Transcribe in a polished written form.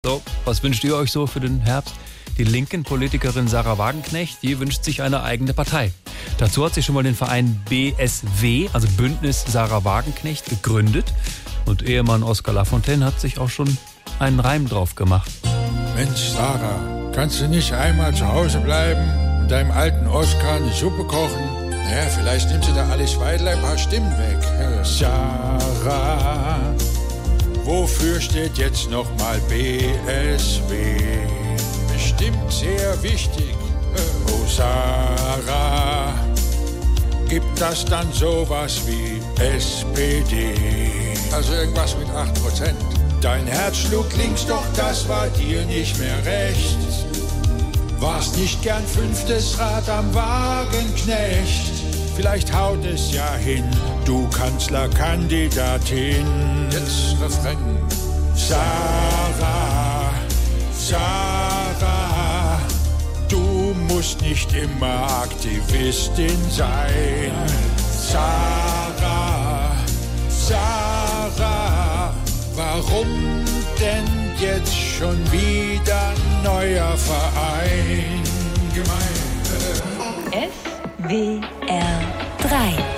So, was wünscht ihr euch so für den Herbst? Die linken Politikerin Sarah Wagenknecht, die wünscht sich eine eigene Partei. Dazu hat sie schon mal den Verein BSW, also Bündnis Sarah Wagenknecht, gegründet. Und Ehemann Oskar Lafontaine hat sich auch schon einen Reim drauf gemacht. Mensch, Sarah, kannst du nicht einmal zu Hause bleiben und deinem alten Oskar eine Suppe kochen? Naja, vielleicht nimmst du da Alice Weidler ein paar Stimmen weg. Sarah, wofür steht jetzt nochmal BSW? Bestimmt sehr wichtig. Oh, Sarah, gibt das dann sowas wie SPD? Also irgendwas mit 8%. Dein Herz schlug links, doch das war dir nicht mehr recht. Warst nicht gern 5. Rad am Wagenknecht. Vielleicht haut es ja hin, du Kanzlerkandidatin. Jetzt Refrain. Sarah, Sarah, du musst nicht immer Aktivistin sein. Sarah, Sarah, warum denn jetzt schon wieder neuer Verein? SWR 3